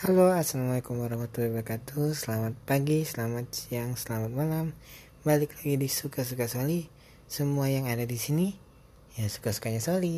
Halo, assalamualaikum warahmatullahi wabarakatuh. Selamat pagi, selamat siang, selamat malam. Balik lagi di Suka-Suka Soli. Semua yang ada di sini, ya suka-sukanya Soli.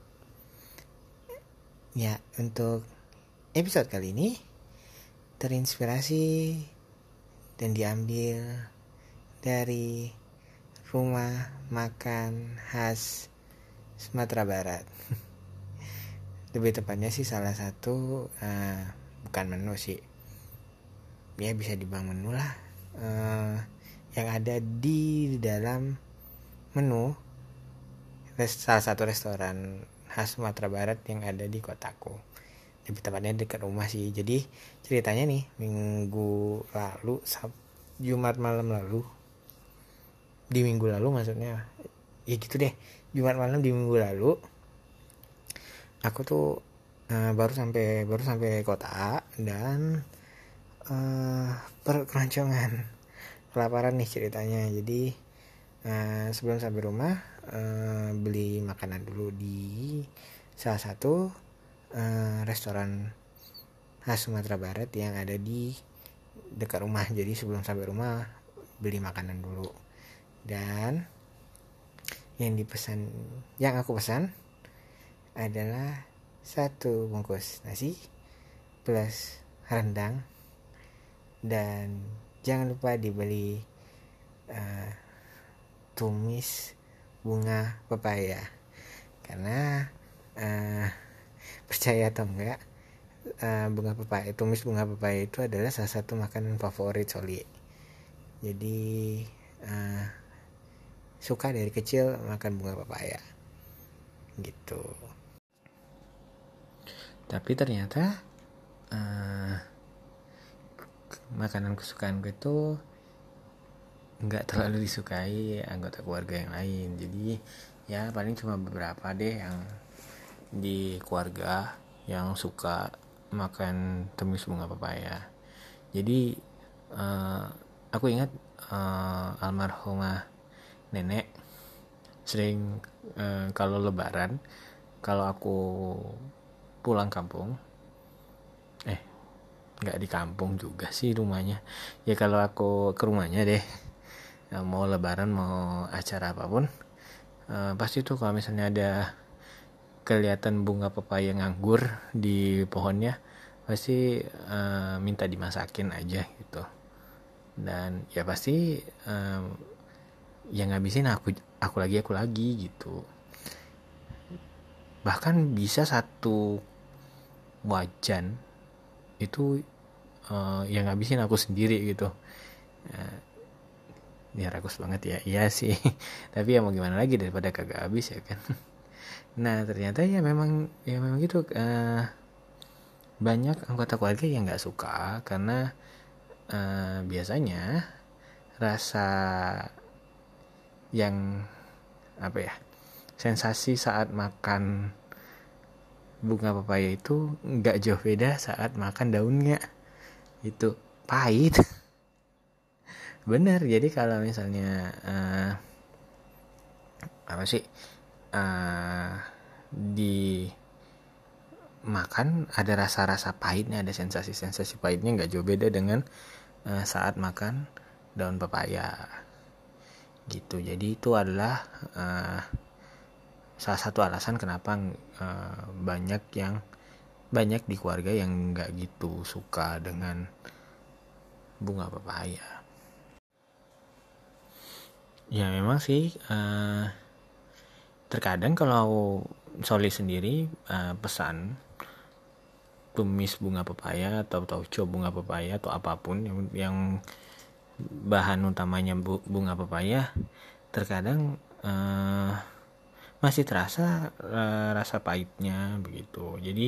Ya, untuk episode kali ini terinspirasi dan diambil dari rumah makan khas Sumatera Barat. Lebih tepatnya sih salah satu bukan menu sih, ya bisa dibilang menu lah, yang ada di dalam menu salah satu restoran khas Sumatera Barat yang ada di kotaku. Lebih tepatnya dekat rumah sih. Jadi ceritanya nih, Jumat malam lalu, di minggu lalu maksudnya, ya gitu deh, Jumat malam di minggu lalu aku tuh baru sampai kota dan berkeroncongan kelaparan nih ceritanya. Jadi sebelum sampai rumah beli makanan dulu di salah satu restoran khas Sumatera Barat yang ada di dekat rumah. Jadi sebelum sampai rumah beli makanan dulu, dan yang aku pesan adalah 1 bungkus nasi plus rendang, dan jangan lupa dibeli tumis bunga pepaya, karena percaya atau enggak, tumis bunga pepaya itu adalah salah satu makanan favorit Soli. Jadi suka dari kecil makan bunga pepaya gitu. Tapi ternyata makanan kesukaan gue itu nggak terlalu disukai anggota keluarga yang lain. Jadi ya paling cuma beberapa deh yang di keluarga yang suka makan tumis bunga pepaya. Jadi aku ingat almarhumah nenek sering kalau lebaran, kalau aku pulang kampung, nggak di kampung juga sih rumahnya, ya kalau aku ke rumahnya deh, mau lebaran mau acara apapun, pasti tuh kalau misalnya ada kelihatan bunga pepaya nganggur di pohonnya, pasti minta dimasakin aja gitu. Dan ya pasti yang ngabisin aku lagi gitu. Bahkan bisa 1 wajan itu yang ngabisin aku sendiri gitu. Ya rakus banget ya, iya sih. Tapi ya mau gimana lagi daripada kagak habis ya kan. Nah ternyata ya memang gitu, banyak anggota keluarga yang nggak suka karena biasanya rasa yang sensasi saat makan bunga pepaya itu nggak jauh beda saat makan daunnya, itu pahit. Bener. Jadi kalau misalnya dimakan ada rasa-rasa pahitnya, ada sensasi pahitnya, nggak jauh beda dengan saat makan daun pepaya gitu. Jadi itu adalah salah satu alasan kenapa banyak di keluarga yang nggak gitu suka dengan bunga pepaya. Ya memang sih, terkadang kalau Soli sendiri pesan tumis bunga pepaya atau tauco bunga pepaya atau apapun yang bahan utamanya bunga pepaya, terkadang masih terasa rasa pahitnya begitu. Jadi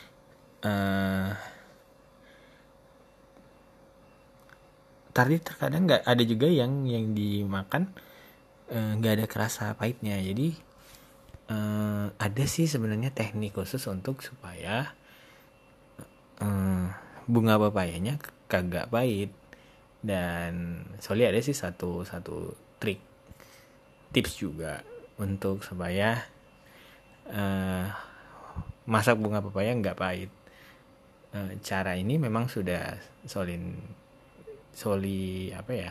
tadi terkadang nggak ada juga yang dimakan nggak ada kerasa pahitnya. Jadi ada sih sebenarnya teknik khusus untuk supaya bunga pepayanya kagak pahit. Dan Soli ada sih satu tips juga untuk supaya masak bunga pepaya nggak pahit. cara ini memang sudah Soli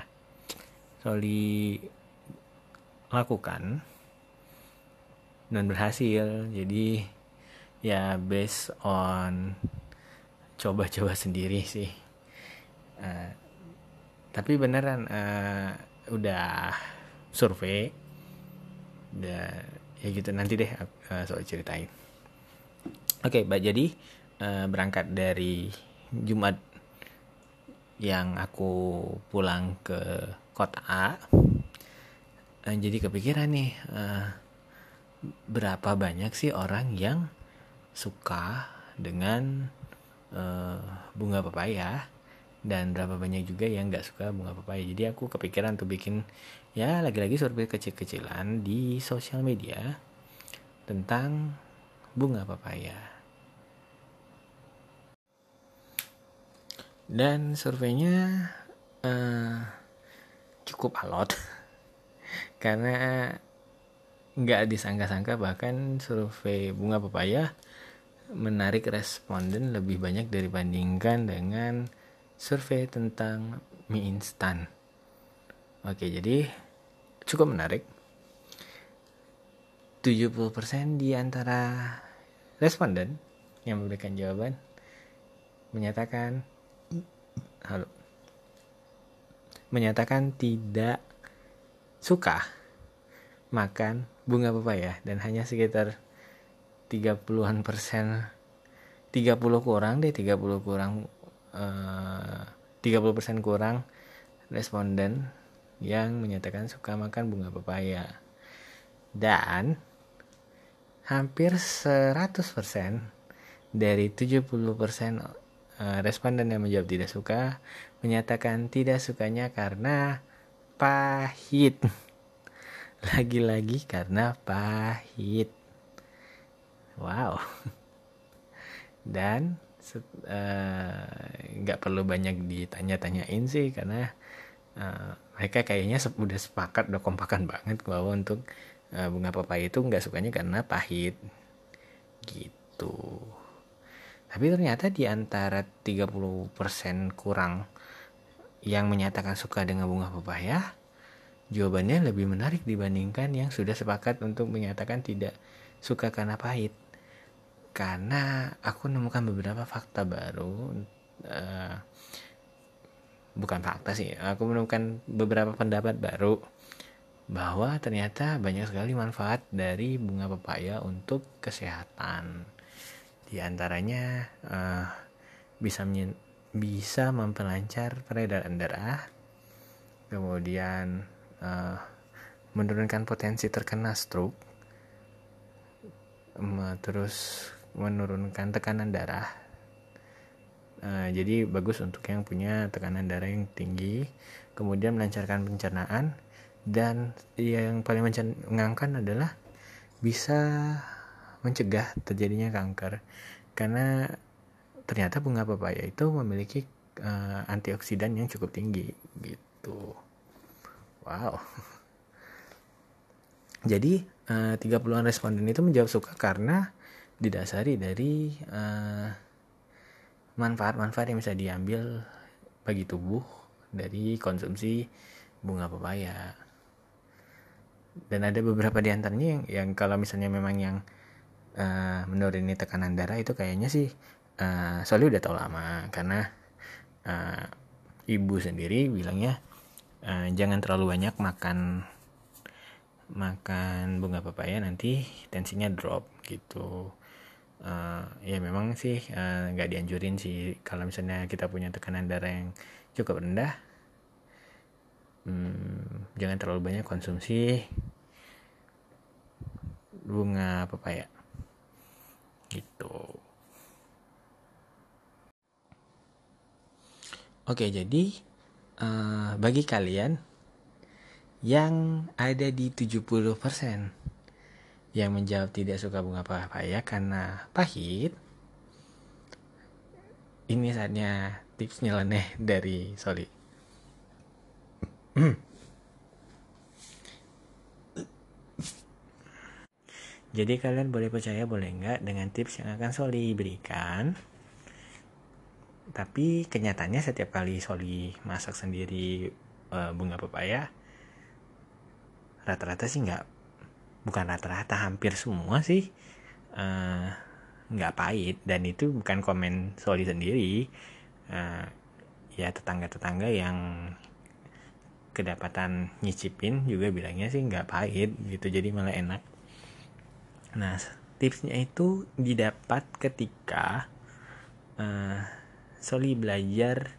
lakukan dan berhasil. Jadi ya based on coba-coba sendiri sih. Tapi beneran udah survei, udah ya gitu, nanti deh soal ceritain. Oke, jadi berangkat dari Jumat yang aku pulang ke kota, jadi kepikiran nih, berapa banyak sih orang yang suka dengan bunga pepaya, dan berapa banyak juga yang nggak suka bunga pepaya. Jadi aku kepikiran tuh bikin ya lagi-lagi survei kecil-kecilan di sosial media tentang bunga pepaya. Dan surveinya cukup alot karena nggak disangka-sangka, bahkan survei bunga pepaya menarik responden lebih banyak dibandingkan dengan survei tentang mie instan. Oke, jadi cukup menarik. 70% di antara responden yang memberikan jawaban menyatakan tidak suka makan bunga pepaya, dan hanya sekitar 30% kurang responden yang menyatakan suka makan bunga pepaya. Dan hampir 100% dari 70% responden yang menjawab tidak suka menyatakan tidak sukanya karena pahit. Lagi-lagi karena pahit. Wow. Dan nggak perlu banyak ditanya-tanyain sih, karena mereka kayaknya udah sepakat, udah kompakan banget bahwa untuk bunga pepaya itu nggak sukanya karena pahit gitu. Tapi ternyata di antara 30% kurang yang menyatakan suka dengan bunga pepaya, jawabannya lebih menarik dibandingkan yang sudah sepakat untuk menyatakan tidak suka karena pahit. Karena aku menemukan beberapa fakta baru, bukan fakta sih, aku menemukan beberapa pendapat baru bahwa ternyata banyak sekali manfaat dari bunga pepaya untuk kesehatan. Di antaranya bisa memperlancar peredaran darah, kemudian menurunkan potensi terkena stroke, terus menurunkan tekanan darah. Jadi bagus untuk yang punya tekanan darah yang tinggi, kemudian melancarkan pencernaan, dan yang paling mencengangkan adalah bisa mencegah terjadinya kanker, karena ternyata bunga pepaya itu memiliki antioksidan yang cukup tinggi gitu. Wow. Jadi 30-an responden itu menjawab suka karena didasari dari manfaat-manfaat yang bisa diambil bagi tubuh dari konsumsi bunga pepaya. Dan ada beberapa di antaranya yang kalau misalnya memang yang menuruni tekanan darah itu kayaknya sih Soli udah tahu lama, karena ibu sendiri bilangnya jangan terlalu banyak makan bunga pepaya, nanti tensinya drop gitu. Ya memang sih nggak dianjurin sih kalau misalnya kita punya tekanan darah yang cukup rendah. Jangan terlalu banyak konsumsi bunga pepaya gitu. Oke, jadi bagi kalian yang ada di 70% yang menjawab tidak suka bunga pepaya karena pahit, ini saatnya tips nyeleneh dari Soli. Jadi kalian boleh percaya boleh enggak dengan tips yang akan Soli berikan. Tapi kenyataannya setiap kali Soli masak sendiri bunga pepaya, rata-rata sih bukan rata-rata, hampir semua sih nggak pahit. Dan itu bukan komen Soli sendiri, ya tetangga-tetangga yang kedapatan nyicipin juga bilangnya sih nggak pahit gitu, jadi malah enak. Nah, tipsnya itu didapat ketika Soli belajar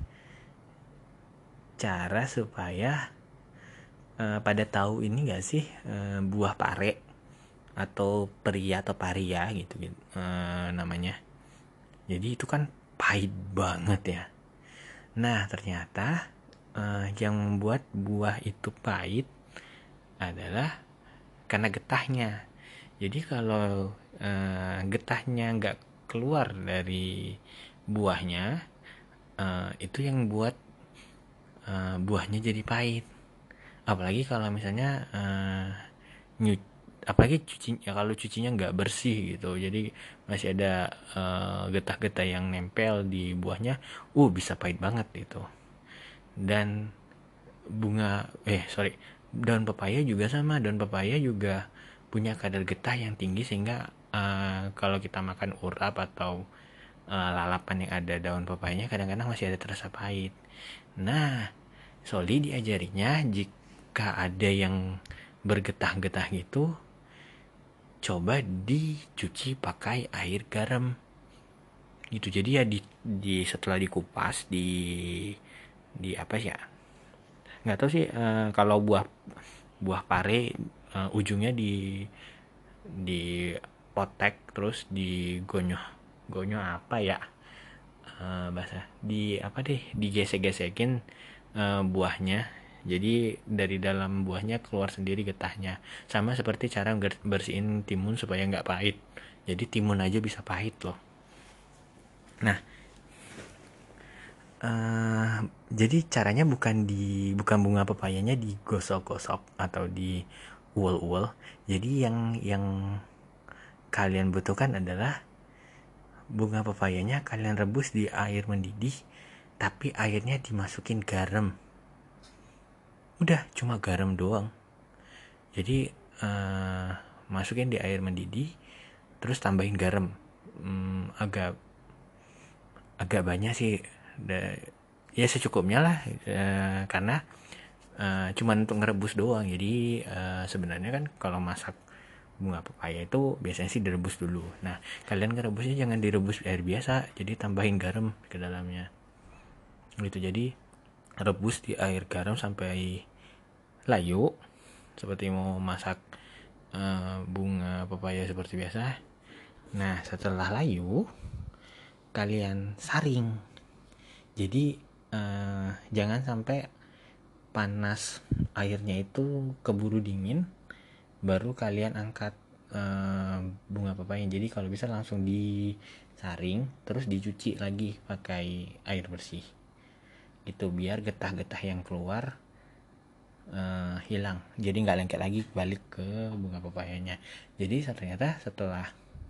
cara supaya pada tahu ini nggak sih, buah pare atau peria atau paria gitu, namanya. Jadi itu kan pahit banget ya. Nah, ternyata yang membuat buah itu pahit adalah karena getahnya. Jadi kalau getahnya nggak keluar dari buahnya, itu yang buat buahnya jadi pahit. Apalagi kalau misalnya apalagi cuci, ya kalau cucinya nggak bersih gitu, jadi masih ada getah-getah yang nempel di buahnya, bisa pahit banget gitu. Dan daun pepaya juga sama. Daun pepaya juga punya kadar getah yang tinggi, sehingga kalau kita makan urap atau lalapan yang ada daun pepayanya, kadang-kadang masih ada terasa pahit. Nah, Soli diajarinya jika ada yang bergetah-getah gitu, coba dicuci pakai air garam gitu. Jadi ya setelah dikupas di apa sih ya, nggak tahu sih, kalau buah pare ujungnya di potek, terus digonyo apa ya, bahasa di apa deh, digesek-gesekin buahnya, jadi dari dalam buahnya keluar sendiri getahnya. Sama seperti cara bersihin timun supaya nggak pahit, jadi timun aja bisa pahit loh. Nah, jadi caranya bukan bunga pepayanya digosok-gosok atau di uol-uol. Jadi yang kalian butuhkan adalah bunga pepayanya kalian rebus di air mendidih, tapi airnya dimasukin garam. Udah, cuma garam doang. Jadi masukin di air mendidih, terus tambahin garam. Agak banyak sih, ya secukupnya lah, karena cuman untuk ngerebus doang. Jadi sebenarnya kan kalau masak bunga pepaya itu biasanya sih direbus dulu. Nah, kalian ngerebusnya jangan direbus air biasa, jadi tambahin garam ke dalamnya gitu. Jadi rebus di air garam sampai layu, seperti mau masak bunga pepaya seperti biasa. Nah, setelah layu kalian saring. Jadi jangan sampai panas airnya itu keburu dingin baru kalian angkat bunga pepaya. Jadi kalau bisa langsung disaring terus dicuci lagi pakai air bersih gitu, biar getah-getah yang keluar hilang, jadi nggak lengket lagi balik ke bunga pepayanya. Jadi ternyata setelah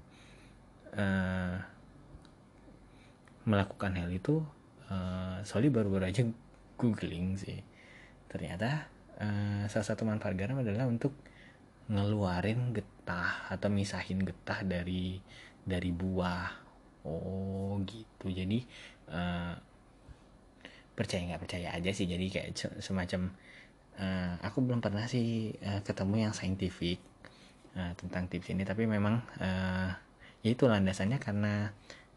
melakukan hal itu, Soli baru-baru aja googling sih, ternyata salah satu manfaat garam adalah untuk ngeluarin getah atau misahin getah dari buah. Oh gitu. Jadi percaya nggak percaya aja sih, jadi kayak semacam aku belum pernah sih ketemu yang saintifik tentang tips ini, tapi memang ya itu landasannya karena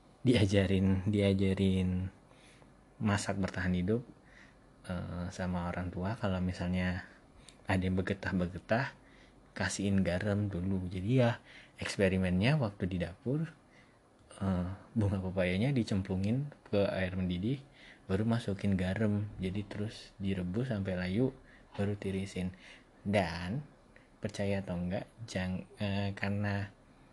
diajarin masak bertahan hidup sama orang tua. Kalau misalnya ada yang bergetah kasihin garam dulu. Jadi ya eksperimennya waktu di dapur, bunga pepayanya dicemplungin ke air mendidih, baru masukin garam, jadi terus direbus sampai layu, baru tirisin. Dan percaya atau enggak, karena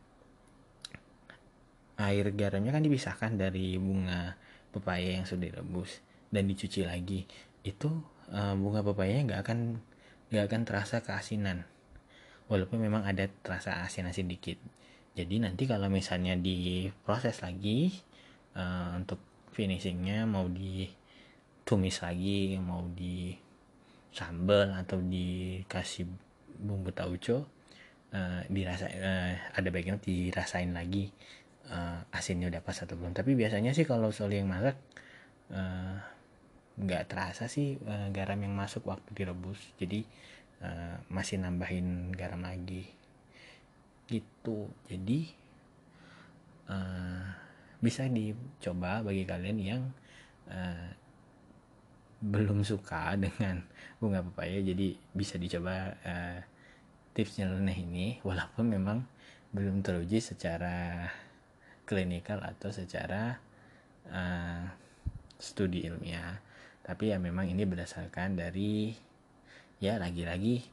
air garamnya kan dipisahkan dari bunga pepaya yang sudah direbus dan dicuci lagi, itu bunga pepayanya nggak akan terasa keasinan, walaupun memang ada terasa asin-asin dikit. Jadi nanti kalau misalnya diproses lagi untuk finishingnya mau ditumis lagi, mau di sambal atau dikasih bumbu tauco, ada baiknya dirasain lagi asinnya udah pas atau belum. Tapi biasanya sih kalau Soli yang masak nggak terasa sih garam yang masuk waktu direbus, jadi masih nambahin garam lagi gitu. Jadi bisa dicoba bagi kalian yang belum suka dengan bunga pepaya, jadi bisa dicoba tips nyeleneh ini, walaupun memang belum teruji secara klinikal atau secara studi ilmiah, tapi ya memang ini berdasarkan dari ya lagi-lagi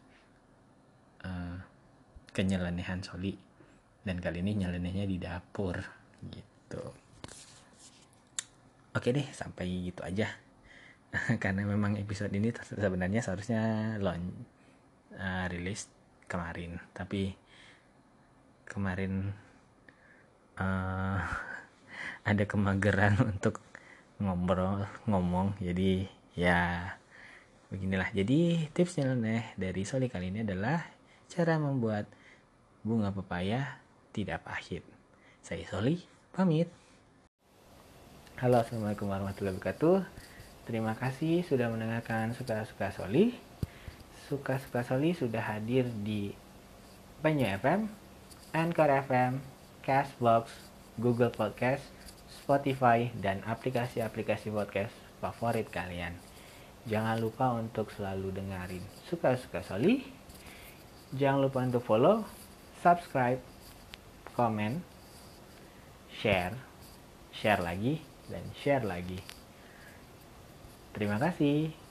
kenyelenehan Soli, dan kali ini nyelenehnya di dapur gitu. Oke deh, sampai gitu aja. Karena memang episode ini sebenarnya seharusnya rilis kemarin, tapi kemarin ada kemageran untuk ngomong, jadi ya beginilah. Jadi tips nyeleneh dari Soli kali ini adalah cara membuat bunga pepaya tidak pahit. Saya Soli, pamit. Halo, assalamualaikum warahmatullahi wabarakatuh. Terima kasih sudah mendengarkan Suka-Suka Soli. Suka-Suka Soli sudah hadir di Penyu FM, Anchor FM, Castbox, Google Podcast, Spotify, dan aplikasi-aplikasi podcast favorit kalian. Jangan lupa untuk selalu dengerin Suka-Suka Soli. Jangan lupa untuk follow, subscribe, komen, share lagi, dan share lagi. Terima kasih.